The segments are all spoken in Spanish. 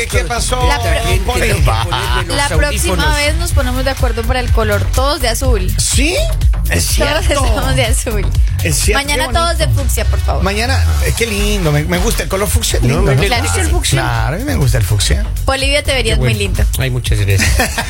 ¿Qué pasó? La próxima vez nos ponemos de acuerdo para el color, todos de azul. ¿Sí? Es cierto. Todos estamos de azul. Es cierto. Mañana todos de fucsia, por favor. Mañana, qué lindo, me gusta el color fucsia. Lindo, ¿no? Claro que sí. Claro, a mí me gusta el fucsia. Bolivia te verías muy lindo. Ay, muchas gracias.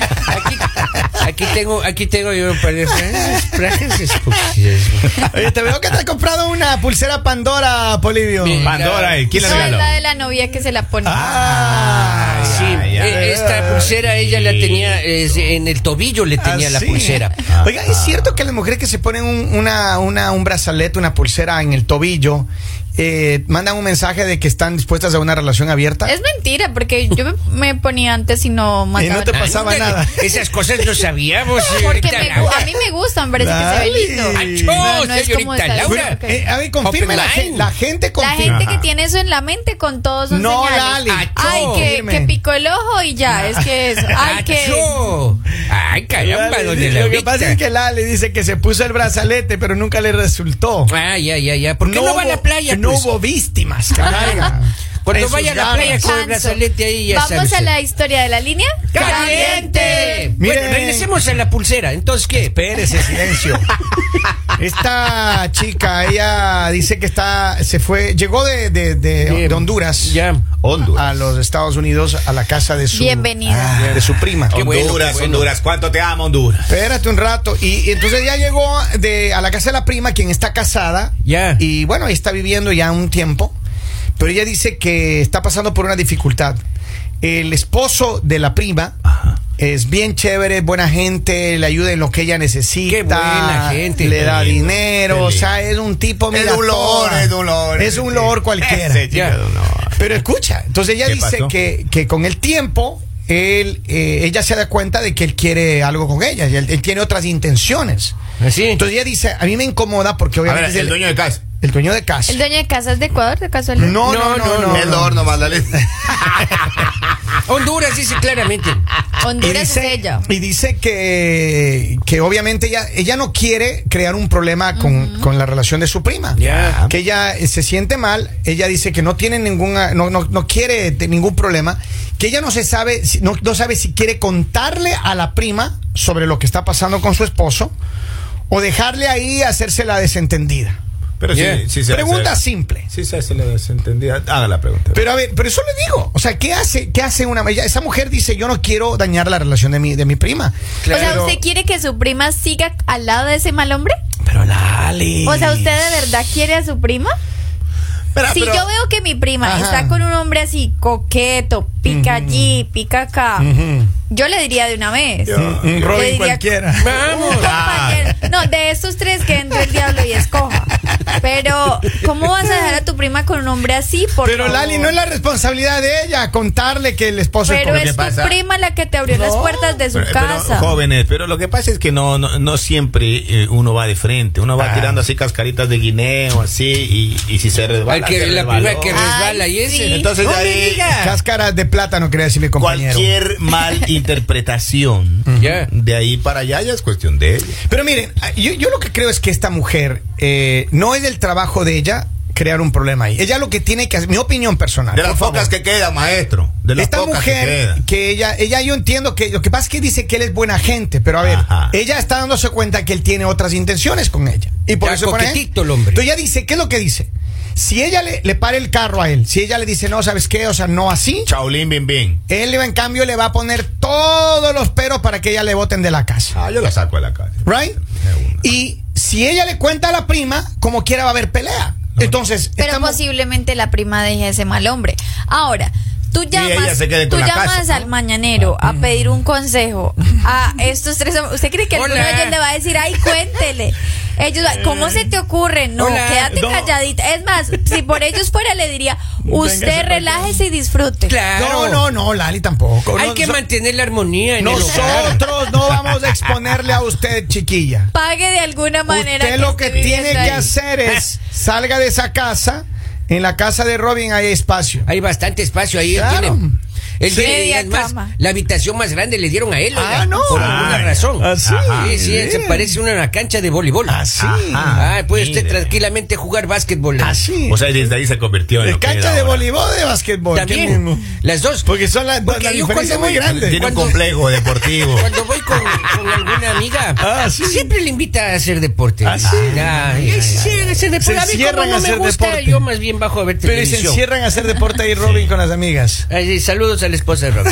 Aquí tengo yo un par de frases fucsias. Oye, te veo que te has comprado una pulsera Pandora, Polibio. Pandora, ¿quién la No, es regaló? la de la novia que se la pone. Sí, esta pulsera ella la tenía en el tobillo, le tenía la sí. pulsera. Oiga, ¿es cierto que las mujeres que se ponen un brazalete, una pulsera en el tobillo, mandan un mensaje de que están dispuestas a una relación abierta? Es mentira, porque yo me ponía antes y no mataba. Y no te pasaba nada. Esas cosas no sabíamos. Porque señorita a Laura. mí me gustan, parece que se ve lindo. ¡Achó, No es como señorita esa- Laura! Ok. A ver, confirme, la gente La confirma. gente que tiene eso en la mente con todos son No, señales. Lali. Ay, Confirme. que picó el ojo y ya, es que eso. Ay, que... ¡Achó! ¡Ay, caramba, donde la Lo que pasa es que Lali dice que se puso el brazalete, pero nunca le resultó. Ya. ¿Por qué no va a la playa? No pues? hubo víctimas, caiga. Cuando vaya a la playa con el Canso. brazalete ahí, ya Vamos a la historia de la línea. ¡Caliente! Miren. Bueno, regresemos a la pulsera. Entonces, ¿qué? Espérese, silencio. Esta chica, ella dice que llegó de Honduras Ya. a los Estados Unidos a la casa de su Bienvenida. de su prima. Qué bueno, Honduras, qué bueno. Honduras, ¿cuánto te amo, Honduras? Espérate un rato. Y entonces ya llegó a la casa de la prima, quien está casada. Ya. Y bueno, ahí está viviendo ya un tiempo. Pero ella dice que está pasando por una dificultad. El esposo de la prima es bien chévere, buena gente, le ayuda en lo que ella necesita. Qué buena gente. Le da Qué lindo, dinero, qué o lindo. sea, es un tipo, mira, Es un lord, toda. es un lord. Es un lord cualquiera. Ese chico Ya. es un lord. Pero escucha, entonces ella ¿Qué dice pasó? que con el tiempo ella se da cuenta de que él quiere algo con ella, y él tiene otras intenciones. ¿Así? Entonces ella dice, a mí me incomoda porque A obviamente ver, es el dueño de casa. el dueño de casa. ¿El dueño de casa es de Ecuador, de casualidad? No. El Lord nomás, dale. Honduras dice claramente. Honduras es ella. Y dice que obviamente ella no quiere crear un problema con la relación de su prima. Ya. Que ella se siente mal, ella dice que no tiene no quiere ningún problema, que ella no sabe si quiere contarle a la prima sobre lo que está pasando con su esposo o dejarle ahí hacerse la desentendida. Pero Yeah. sí se Pregunta hace. simple. Sí se hace la desentendida. Haga la pregunta. Pero a ver, pero eso le digo. O sea, ¿qué hace esa mujer dice, yo no quiero dañar la relación de mi prima? O sea, ¿usted quiere que su prima siga al lado de ese mal hombre? Pero Lali. O sea, ¿usted de verdad quiere a su prima? Si yo veo que mi prima Ajá. está con un hombre así coqueto, pica allí, pica acá, yo le diría de una vez. Un Le Robin diría, cualquiera. Vamos. un compañero. No, de estos tres que entre el diablo y escoja. Pero, ¿cómo vas a dejar a tu prima con un hombre así? Por Pero favor? Lali, no es la responsabilidad de ella contarle que el esposo Pero es ¿qué es tu pasa? prima la que te abrió las puertas de su casa. Jóvenes, pero lo que pasa es que no siempre uno va de frente. Uno va tirando así cascaritas de guineo, así, y si se resbala. se La resbaló. primera que resbala y ese. sí. Entonces No de me ahí diga. Cáscaras de plátano, quería decir mi compañero. cualquier mal interpretación Ya. de ahí para allá ya es cuestión de ella. Pero miren, yo lo que creo es que esta mujer no es del trabajo de ella crear un problema ahí. Ella lo que tiene que hacer, mi opinión personal. De las por favor. pocas que quedan, maestro. De las Esta pocas que mujer quedan. que ella yo entiendo que lo que pasa es que dice que él es buena gente, pero a ver, Ajá. ella está dándose cuenta que él tiene otras intenciones con ella. Y por Ya eso pone- coquetito el hombre. Entonces ella dice, ¿qué es lo que dice? Si ella le para el carro a él, si ella le dice, no, ¿sabes qué? O sea, no así, Chaulín, bien, bien. él en cambio le va a poner todos los peros para que ella le boten de la casa. Yo la saco de la calle. ¿Right? Y si ella le cuenta a la prima, como quiera va a haber pelea. Entonces, Pero estamos- posiblemente la prima deje a ese mal hombre. Ahora, tú ella llamas, se quede con la llamas casa, ¿no? al mañanero a pedir un consejo a estos tres hombres. ¿Usted cree que alguno de Hola. ellos le va a decir, ay, cuéntele? Ellos, ¿cómo se te ocurre? No, Hola. quédate No. calladita. Es más, si por ellos fuera, le diría, usted Véngase relájese y disfrute. Claro. No, Lali tampoco. Hay No, que so- mantener la armonía en el hogar. Nosotros no vamos a exponerle a usted, chiquilla. Pague de alguna manera. Usted lo que esté tiene viviendo que ahí. hacer es salga de esa casa. En la casa de Robin hay espacio. Hay bastante espacio ahí. Claro. Tiene. Media es más, cama. la habitación más grande le dieron a él, oiga, ¿no? por alguna razón. ¿Ah, sí? Sí, se parece una cancha de voleibol. ¿Ah, sí? Puede usted mire. tranquilamente jugar básquetbol. Así. O sea, desde ahí se convirtió en ¿De lo que cancha es de ahora. voleibol o de básquetbol? ¿Qué También, mismo? las dos. Porque son la Porque yo diferencia es muy grande. Tiene un Cuando- complejo deportivo. Cuando voy con alguna amiga, Sí. siempre le invita a hacer deporte. ¿Ah, sí? Sí, a hacer deporte. Se A mí como encierran no a me hacer gusta, deporte. yo más bien bajo a ver Pero y se televisión. encierran a hacer deporte ahí, Robin, con las amigas. Ay, sí, saludos a la esposa de Robin.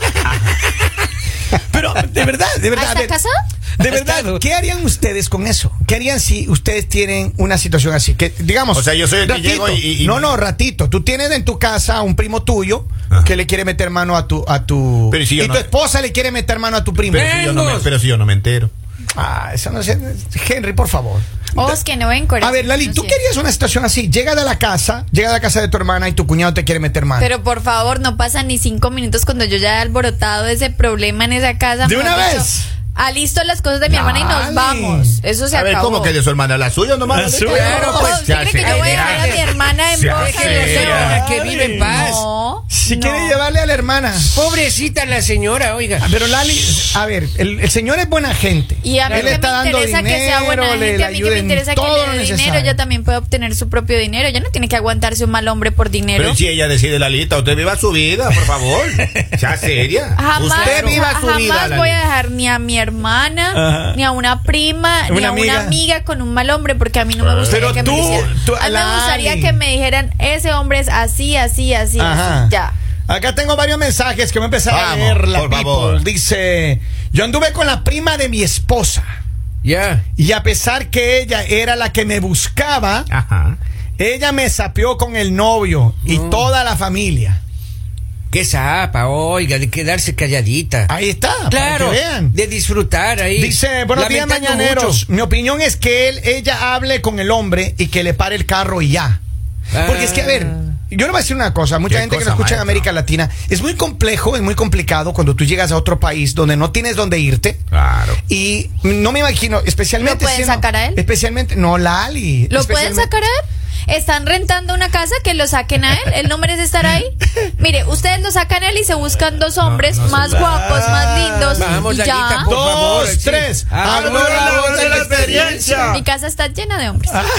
Pero, de verdad, a ¿Está ver, casado? de verdad, ¿qué harían ustedes con eso? ¿Qué harían si ustedes tienen una situación así? Que, digamos, O sea, yo soy el que llego y- No, ratito. Tú tienes en tu casa a un primo tuyo Ajá. que le quiere meter mano a tu... Pero si yo y no- tu esposa le quiere meter mano a tu primo. Pero si yo no me entero. Eso no sé. Henry, por favor. Ojos que no ven, corazón. A ver, Lali, no ¿tú sienten. querías una situación así? Llega a la casa de tu hermana y tu cuñado te quiere meter mano. Pero por favor, no pasan ni 5 minutos cuando yo ya he alborotado ese problema en esa casa. ¿De mejor una dicho, vez? alisto las cosas de mi hermana y nos Dale. vamos. Eso se A ver, acabó. ¿cómo que de su hermana? ¿La suya nomás? La suya. Claro, pues, ¿Usted cree que yo voy a dejar a mi hermana en Ya paz? sé, Déjelo ser, ya. para que vive en paz. No. Si no. quiere llevarle a la hermana. Pobrecita la señora, oiga. Pero Lali, a ver, el señor es buena gente. Y a mí Él que me está dando interesa que sea buena dinero, gente, a mí que ayuda me en interesa que todo le lo dé dinero, necesario. ella también puede obtener su propio dinero. Ella no tiene que aguantarse un mal hombre por dinero. Pero si ella decide la lista, usted viva su vida, por favor. Sea seria. Jamás, Usted viva su vida. jamás voy a dejar ni a mi hermana, Ajá. ni a una prima, ni Una a una amiga. amiga con un mal hombre, porque a mí no me gustaría Pero que tú- me lo hicieran. tú, A mí me Lali. gustaría que me dijeran, ese hombre es así, así, así, Ajá. así, ya. Acá tengo varios mensajes que voy a empezar a Vamos, leer. La por people favor. dice: yo anduve con la prima de mi esposa Ya. y a pesar que ella era la que me buscaba, Ajá. ella me sapeó con el novio y toda la familia. Qué zapa, oiga, de quedarse calladita. Ahí está, Claro, para que vean. de disfrutar ahí. Dice, buenos días, Lamentando mañaneros. mucho. Mi opinión es que ella hable con el hombre y que le pare el carro y ya. Porque es que, a ver, yo le voy a decir una cosa. Mucha Qué gente que cosa, nos escucha en maestro. América Latina, es muy complejo, es muy complicado cuando tú llegas a otro país donde no tienes dónde irte. Claro. Y no me imagino, especialmente... ¿Lo pueden sacar a él? Especialmente, no, Lali. ¿Lo pueden especialmente- sacar a él? ¿Están rentando una casa? Que lo saquen a él. Él no merece estar ahí. Mire, ustedes lo sacan a él y se buscan dos hombres no se más va. guapos, más lindos. Vamos, y Lalita, ya. por favor. Dos, sí. tres. Hablo la voz de la experiencia. Mi casa está llena de hombres. Ah.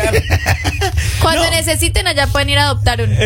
Cuando necesiten, allá pueden ir a adoptar uno.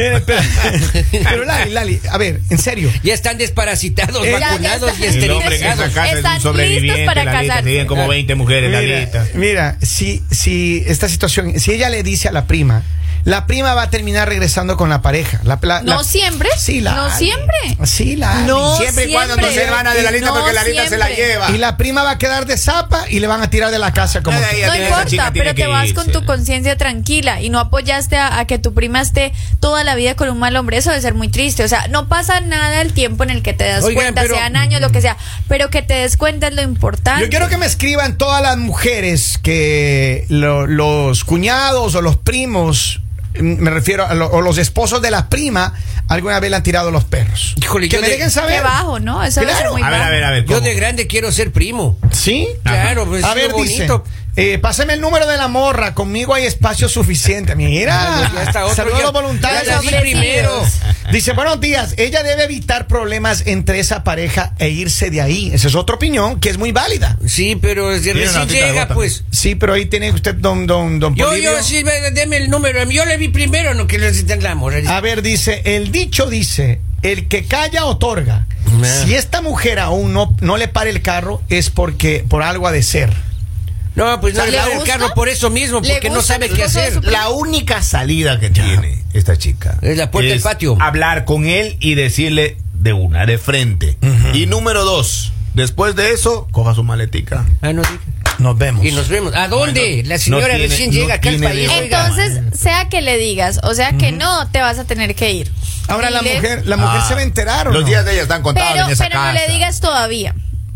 Pero Lali, a ver, en serio. Ya están desparasitados, Ya vacunados está. y El hombre en esterilizados. esa casa es Están un sobreviviente. listos para la lista, casarse. siguen como 20 mujeres, la lista. Mira, si esta situación, si ella le dice a la prima va a terminar regresando con la pareja. No siempre. Sí, No siempre. Sí, No Siempre y cuando no siempre. se van a de la lista No porque la lista se la siempre. lleva. Y la prima va a quedar de zapa y le van a tirar de la casa como... Ay, que- Ya No tiene esa importa, chica, tiene pero que te vas con irse. tu conciencia tranquila y no apoyaste a que tu prima esté toda la vida con un mal hombre. Eso debe ser muy triste. O sea, no pasa nada el tiempo en el que te das Oigan, cuenta, pero- sean años, lo que sea, pero que te des cuenta es lo importante. Yo quiero que me escriban todas las mujeres que los cuñados o los primos, me refiero o los esposos de la prima, alguna vez le han tirado los perros. Híjole, que yo me de- dejen saber. Qué bajo, ¿no? Eso debe ser Claro. muy A ver, bajo. a ver. Yo ¿cómo? de grande quiero ser primo. ¿Sí? Claro, pues A ver, bonito. dice, pásame el número de la morra, conmigo hay espacio suficiente. Mira, Ya está otro, saludos a ya- los voluntarios. ya la di Ofrecidos. primero. Dice, buenos días, ella debe evitar problemas entre esa pareja e irse de ahí. Esa es otra opinión que es muy válida. Sí, pero Tiene una recién notita de llega, bota. pues. Sí, pero ahí tiene usted don Polibio. Yo, sí, deme el número. Yo le vi primero, no que le necesitan la amor. A ver, dice, el dicho dice, el que calla otorga. Nah. Si esta mujer aún no le para el carro es porque por algo ha de ser. No, pues no ¿Le le da el gusta? carro por eso mismo, ¿Le porque no gusta sabe el qué esposo de hacer. su La única salida que tiene esta chica Es la puerta del patio. Hablar con él y decirle de una, de frente. Y número 2, después de eso, coja su maletica. Ah, no diga. Nos vemos. Y nos vemos. ¿A dónde? Bueno, La señora no tiene- recién no llega acá al tiene país. de- oiga. Entonces, sea que le digas, o sea que no, te vas a tener que ir. Ahora la Dile- mujer se va a enterar, ¿o Los no? días de ella están contados Pero, en esa pero casa. no le digas todavía.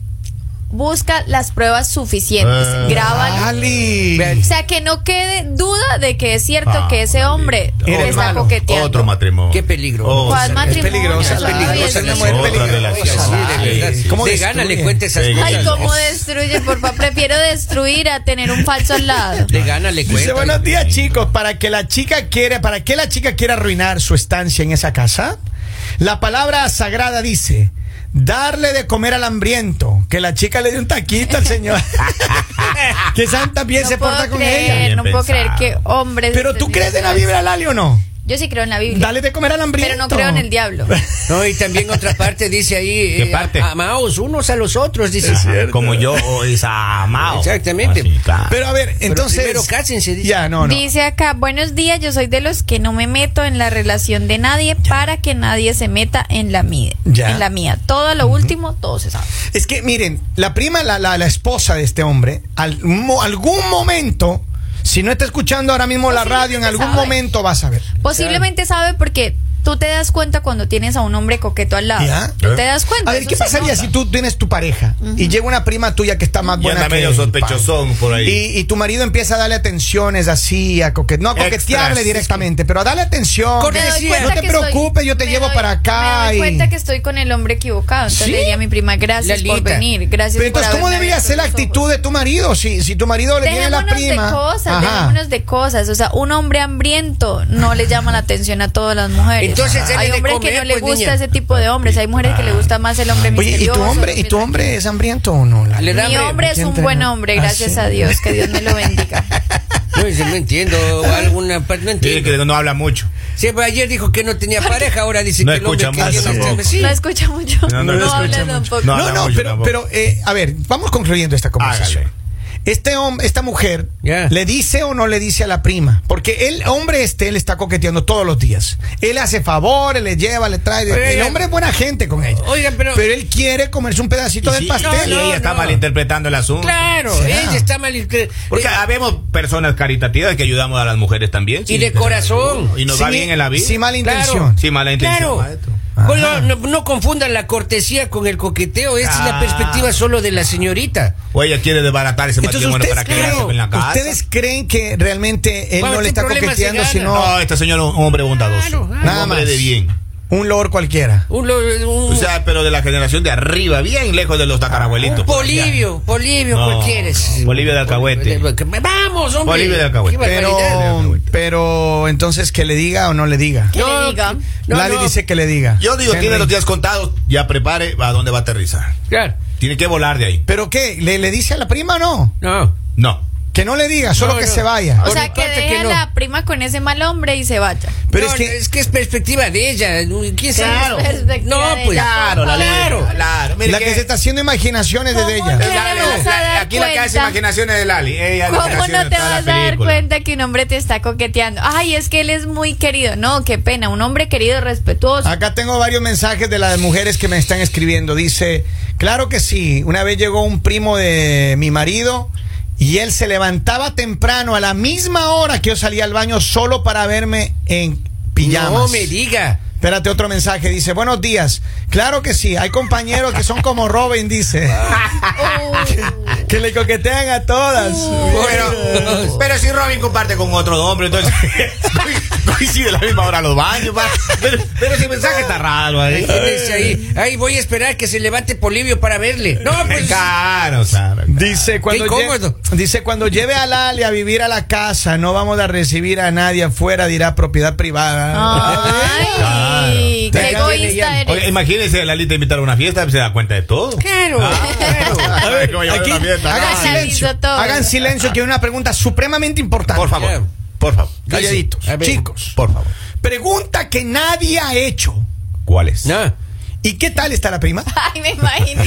Busca las pruebas suficientes. Grábalo. Lali. Vean. O sea, que no quede duda de que es cierto que ese hombre Eres está malo. coqueteando. Otro matrimonio. Qué peligro. ¿Cuál Es matrimonio? peligrosa, Eso Lali. todavía Peligrosa, es la lindo. mujer Otra peligrosa. relación. Oiga, sí, de verdad. Sí, ¿Cómo De destruye? gana le cuenta esas Sí. cosas. Ay, cómo destruye, por favor. Prefiero destruir a tener un falso al lado. De gana le cuenta. Dice, buenos días, chicos. ¿Para qué la chica quiere arruinar su estancia en esa casa? La palabra sagrada dice: darle de comer al hambriento. Que la chica le dé un taquito al señor. Que Santa bien se porta con ella. Bien No puedo creer pensado. que hombres. Pero tú crees en la Biblia, Lali, ¿o no? Yo sí creo en la Biblia. Dale de comer al hambriento. Pero no creo en el diablo. No, y también otra parte dice ahí, ¿Qué parte? amaos unos a los otros, dice. Como yo o esa Mao. Exactamente. Así, claro. Pero a ver, entonces. primero cásense, dice. Ya, no. Dice acá, buenos días, yo soy de los que no me meto en la relación de nadie para que nadie se meta en la mía. Ya. En la mía. Todo lo último, todo se sabe. Es que, miren, la prima, la esposa de este hombre, algún momento, si no está escuchando ahora mismo la radio, en algún sabe. momento va a saber. Posiblemente sabe porque tú te das cuenta cuando tienes a un hombre coqueto al lado. ¿Ya? Tú te das cuenta. A ver, eso ¿qué se pasaría nota. si tú tienes tu pareja y llega una prima tuya que está más Y buena anda que medio él, sospechosón por ahí. y tu marido empieza a darle atenciones así, no a coquetearle Extras. directamente, pero a darle atención. Corre, Me doy decía, cuenta no te que estoy- preocupes, yo te me llevo doy- para acá. Me doy y- cuenta que estoy con el hombre equivocado. Entonces ¿Sí? le diría a mi prima, gracias por Lalita. venir. Gracias Pero por entonces, ¿cómo haberme debería abierto ser la los actitud ojos. de tu marido? Si tu marido le viene la Dejémonos prima. de cosas, Ajá. dejémonos de cosas. O sea, un hombre hambriento no le llama la atención a todas las mujeres. Entonces, dale hay de hombres comer, que no le pues, gusta niña. ese tipo de hombres. Hay mujeres que le gusta más el hombre Oye, misterioso. ¿y tu hombre es hambriento o no? Lali? Le da Mi hambre. hombre es ¿Quién un te- buen hombre, Ah, gracias sí. a Dios. Que Dios me lo bendiga. No, yo no entiendo alguna parte, no Dice entiendo. que no habla mucho. Sí, pues ayer dijo que no tenía pareja, ahora dice No que el hombre escucha que mucho tiene- tampoco. Sí. No escucha mucho. No, No, no habla escucha tampoco. mucho. No, No, mucho pero, tampoco. a ver, vamos concluyendo esta conversación. Hágale. Esta mujer Ya. le dice o no le dice a la prima, porque el hombre él está coqueteando todos los días. Él hace favores, le lleva, le trae. Oiga, el hombre es buena gente con ella. Oiga, pero- él quiere comerse un pedacito Y del sí, pastel. y ella está no. malinterpretando el asunto. Claro, ¿Será? ella está mal. Porque habemos personas caritativas que ayudamos a las mujeres también. Y de corazón. Y nos va bien en la vida. Sin mala Claro. intención. Sin mala intención, Claro. maestro. Oiga, no confundan la cortesía con el coqueteo. Esa es la Ah. perspectiva solo de la señorita. O ella quiere desbaratar ese Entonces, matrimonio para que ella claro, se en la casa. ¿Ustedes creen que realmente él Bueno, no le ¿qué está problema se coqueteando, gana? sino No, este señor es un hombre bondadoso. Claro, Un nada hombre más. de bien. un lord cualquiera? O sea, pero de la generación de arriba, bien lejos de los tatarabuelitos. un por allá. Polibio, No, ¿cuál quieres? Polibio de Alcahuete. Vamos, hombre. Polibio de Alcahuete. Qué barbaridad. Pero entonces que le diga o no le diga. Que le diga. Lali dice que le diga. Yo digo, Henry. tiene los días contados, ya prepare a dónde va a aterrizar. Claro. Tiene que volar de ahí. ¿Pero qué? ¿Le dice a la prima o no? No. No. Que no le diga, solo No, que no. se vaya. O Por sea, mi que parte deje que a no. la prima con ese mal hombre y se vaya. Pero No, es que es perspectiva de ella. ¿Quién sabe? Claro. Perspectiva No, de pues. ella. Claro, la Claro. Claro. Mire la que se está haciendo imaginaciones desde ¿Cómo ella. te vas a dar Aquí la que hace cuenta? imaginaciones de Lali. Ella la ¿Cómo creación no de te toda la vas a dar película. cuenta que un hombre te está coqueteando? Ay, es que él es muy querido. No, qué pena. Un hombre querido, respetuoso. Acá tengo varios mensajes de las mujeres que me están escribiendo. Dice, claro que sí. Una vez llegó un primo de mi marido y él se levantaba temprano a la misma hora que yo salía al baño solo para verme en pijamas. No me diga. Espérate, otro mensaje. Dice, buenos días. Claro que sí. Hay compañeros que son como Robin, dice. que le coquetean a todas. Pero si Robin comparte con otro hombre, entonces coincide la misma hora los baños. Pero ese mensaje está raro ahí. Ahí voy a esperar que se levante Polibio para verle. No, pues. Claro. Dice cuando, Qué incómodo. dice cuando lleve a Lali a vivir a la casa, no vamos a recibir a nadie afuera, dirá propiedad privada. Ay, Claro. qué egoísta eres. Oye, imagínese la lista invitar a una fiesta, se da cuenta de todo. Claro. A ver, ¿cómo llevar Aquí, una fiesta? hagan No. silencio, Analizo todo. hagan silencio, que hay una pregunta supremamente importante. Por favor. Por favor. Calladitos, A ver. chicos. Por favor. Pregunta que nadie ha hecho. ¿Cuál es? No. ¿Y qué tal está la prima? Ay, me imaginé.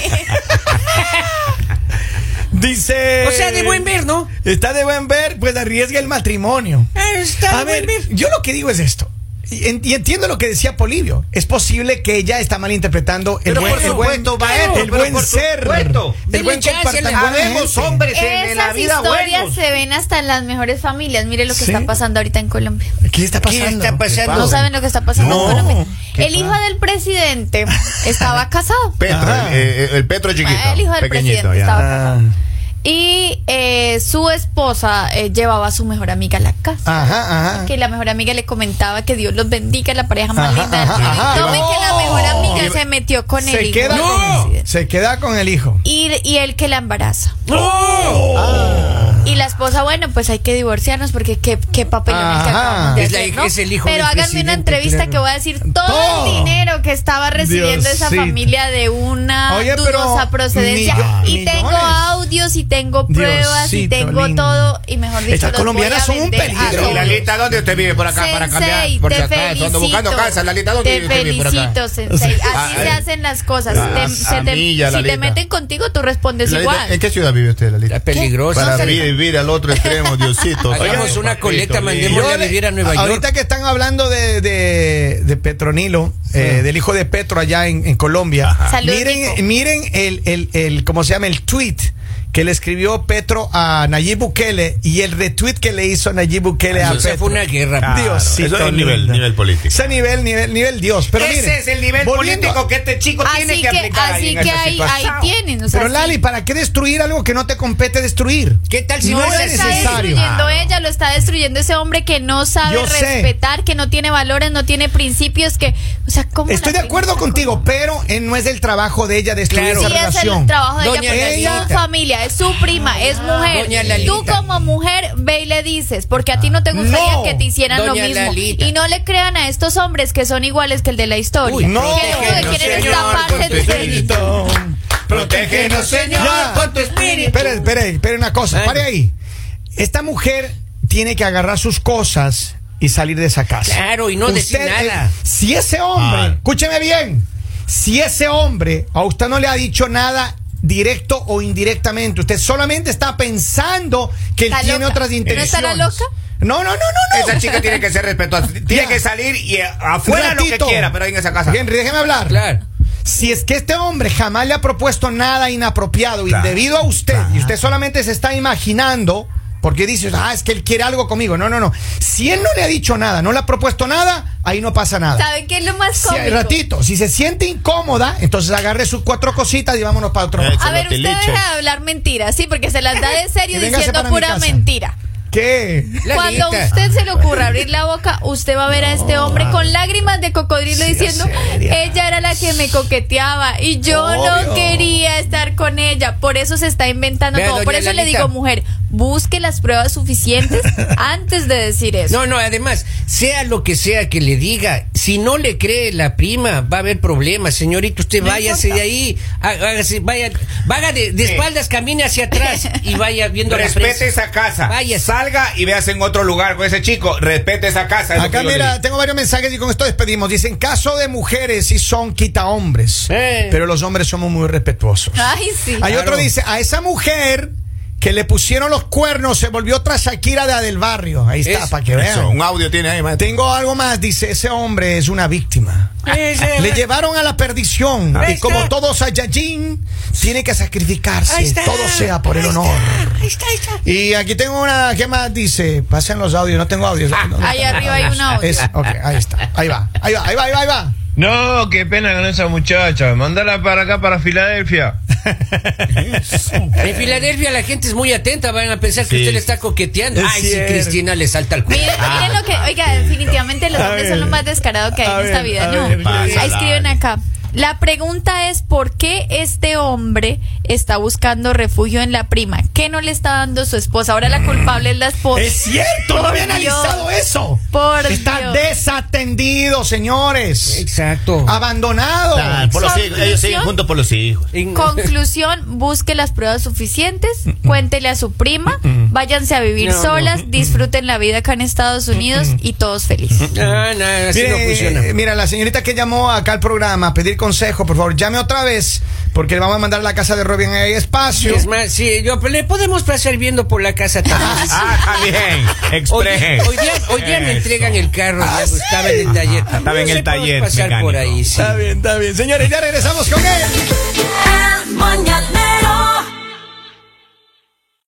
Dice. O sea, de buen ver, ¿no? Está de buen ver, pues arriesga el matrimonio. Está A de ver, buen ver. yo lo que digo es esto. Y entiendo lo que decía Polibio. Es posible que ella está malinterpretando el Pero buen, por el buen, supuesto, maestro, el pero buen por ser, supuesto. el buen Dile chance, comportamiento. Habemos hombres en la Esas vida historias buenos. se ven hasta en las mejores familias. Mire lo que ¿Sí? está pasando ahorita en Colombia. ¿Qué está pasando? ¿Qué está pasando? No saben lo que está pasando No. en Colombia. ¿Qué El hijo del presidente estaba casado. Petro, Ajá. el Petro chiquito. El hijo del pequeñito, presidente ya. estaba Ah, casado. Y su esposa llevaba a su mejor amiga a la casa. ajá. Que la mejor amiga le comentaba que Dios los bendiga, la pareja más Ajá, linda del ajá, mundo. ajá. Y tomen que la mejor amiga se metió con el Se hijo. queda, del ¡No! presidente. se queda con el hijo. Y él que la embaraza. ¡No! Y la esposa, bueno, pues hay que divorciarnos porque qué papelón el que acabamos de hacer, ¿no? Es el hijo Pero del háganme una presidente, entrevista claro. que voy a decir todo el dinero que estaba recibiendo esa Diosito. familia de una Oye, pero dudosa procedencia. Y tengo millones. audios y tengo pruebas y Diosito tengo lindo. todo. Y mejor dicho, Estas los voy colombianas a son un vender a peligro. todos. Lalita, ¿dónde usted vive por acá para cambiar? Sensei, Porque te acá felicito. ando buscando casa. Lalita, ¿dónde Te vive usted por acá? felicito, Sensei. Así se hacen las cosas. Si te Lalita. meten contigo, tú respondes Lalita, igual. ¿en qué ciudad vive usted, Lalita? Está peligroso. Para No, vivir al otro extremo, Diosito. Hagamos una colecta, Yo mandémosle a le- vivir a Nueva York. Ahorita que están hablando de Petronilo, del hijo de Petro allá en Colombia, Salud, Nico. miren el ¿cómo se llama? El tweet que le escribió Petro a Nayib Bukele y el retweet que le hizo Nayib Bukele a Eso Petro. fue una guerra. Claro, Diosito eso es lindo. nivel político. Ese nivel Dios. Pero Ese miren, es el nivel volviendo- político que este chico tiene Así que que, aplicar ahí en esa ahí situación. tienen. O sea, Pero sí. Lali, ¿para qué destruir algo que no te compete destruir? ¿Qué tal si No no Lo es es está necesario. destruyendo ella, lo está destruyendo ese hombre que no sabe Yo sé. respetar, que no tiene valores, no tiene principios, que, o sea, ¿cómo? Estoy de acuerdo contigo, pero no es el trabajo de ella destruir Claro. esa Sí, es relación. el trabajo de ella Doña porque Lalita. son familia, es su prima, es mujer. Doña Lalita. Tú como mujer ve y le dices, porque a ti no te gustaría No. que te hicieran Doña lo mismo. Lalita. Y no le crean a estos hombres que son iguales que el de la historia. Uy, no, que lo único que quieren es Señor, taparse de protégenos. Protégenos, Señor, Ya. con tu espíritu. Espere una cosa, Ay. pare ahí. Esta mujer tiene que agarrar sus cosas y salir de esa casa. Claro, y no decir nada. Si ese hombre, Ah. escúcheme bien, si ese hombre a usted no le ha dicho nada directo o indirectamente, usted solamente está pensando que él ¿Está tiene loca? otras ¿No intenciones. estará loca? No. Esa chica tiene que ser respetuosa. Tiene Ya. que salir y afuera lo que Ratito. quiera, pero en esa casa. Henry, déjeme hablar. Claro. Si es que este hombre jamás le ha propuesto nada inapropiado, Claro. indebido a usted, y usted solamente se está imaginando, porque dice, es que él quiere algo conmigo. No. Si él no le ha dicho nada, no le ha propuesto nada, ahí no pasa nada. ¿Saben qué es lo más Si cómico? al ratito, si se siente incómoda, entonces agarre sus 4 cositas y vámonos para otro. Eso. A ver, usted Soloteliche. deja de hablar mentiras, sí, porque se las da de serio Y véngase diciendo para mi pura casa. mentira. ¿Qué? Cuando a Lalita. usted se le ocurra abrir la boca, usted va a ver a este hombre con lágrimas de cocodrilo Sí, diciendo, seria. ella era la que me coqueteaba y yo Obvio. no quería estar con ella. Por eso se está inventando Vea, todo. Por doña eso le Lalita. digo, mujer, busque las pruebas suficientes antes de decir eso. No, además, sea lo que sea que le diga, si no le cree la prima, va a haber problemas. Señorito, usted No váyase importa. de ahí, vaya de espaldas, camine hacia atrás y vaya viendo la Respete prensa. esa casa. Vaya. Salga y véase en otro lugar con ese chico. Respete esa casa. es lo Acá que yo mira, digo. tengo varios mensajes y con esto despedimos. Dicen, caso de mujeres sí son quita hombres, pero los hombres somos muy respetuosos. Ay, sí. Hay Claro. otro dice, a esa mujer que le pusieron los cuernos se volvió otra Shakira de del barrio. Ahí está, Es- para que vean. Eso, un audio tiene ahí, maestro. Tengo algo más, dice, ese hombre es una víctima. Le llevaron a la perdición. Ahí Y como está. todo Saiyajin, tiene que Ahí sacrificarse. está. Todo sea por el Ahí honor. está, ahí está. Y aquí tengo una, ¿qué más dice? Pasen los audios, no tengo audios. No, Ahí arriba hay un audio. Ok, ahí está. Ahí va. No, qué pena con esa muchacha. Mándala para acá, para Filadelfia. En Filadelfia la gente es muy atenta, van a pensar que Sí. usted le está coqueteando. Es Ay, sí, cierto. Cristina le salta al cuello. Miren lo que, oiga, definitivamente los A hombres ver. son lo más descarado que hay A en esta ver, vida, a ¿no? ver, pasa, Ahí escriben Lali. acá. La pregunta es ¿por qué este hombre está buscando refugio en la prima? ¿Qué no le está dando su esposa? Ahora la culpable es la esposa. Es cierto, no Por había Dios. analizado eso. Por Está Dios. desatendido, señores. Exacto. Abandonado. Ah, por los hijos. Ellos siguen juntos por los hijos. Conclusión, busque las pruebas suficientes, cuéntele a su prima, váyanse a vivir No, solas, disfruten la vida acá en Estados Unidos y todos felices. No, así no funciona. Mira, la señorita que llamó acá al programa a pedir consejo, por favor, llame otra vez, porque le vamos a mandar a la casa de Robin ahí espacio. Es más, sí, le podemos pasar viendo por la casa también. También. Express. Hoy día me entregan el carro, ya, ¿sí? estaba en el taller. Estaba en el Sí, podemos taller pasar mecánico. por ahí, sí. Está bien. Señores, ya regresamos con él. El mañanero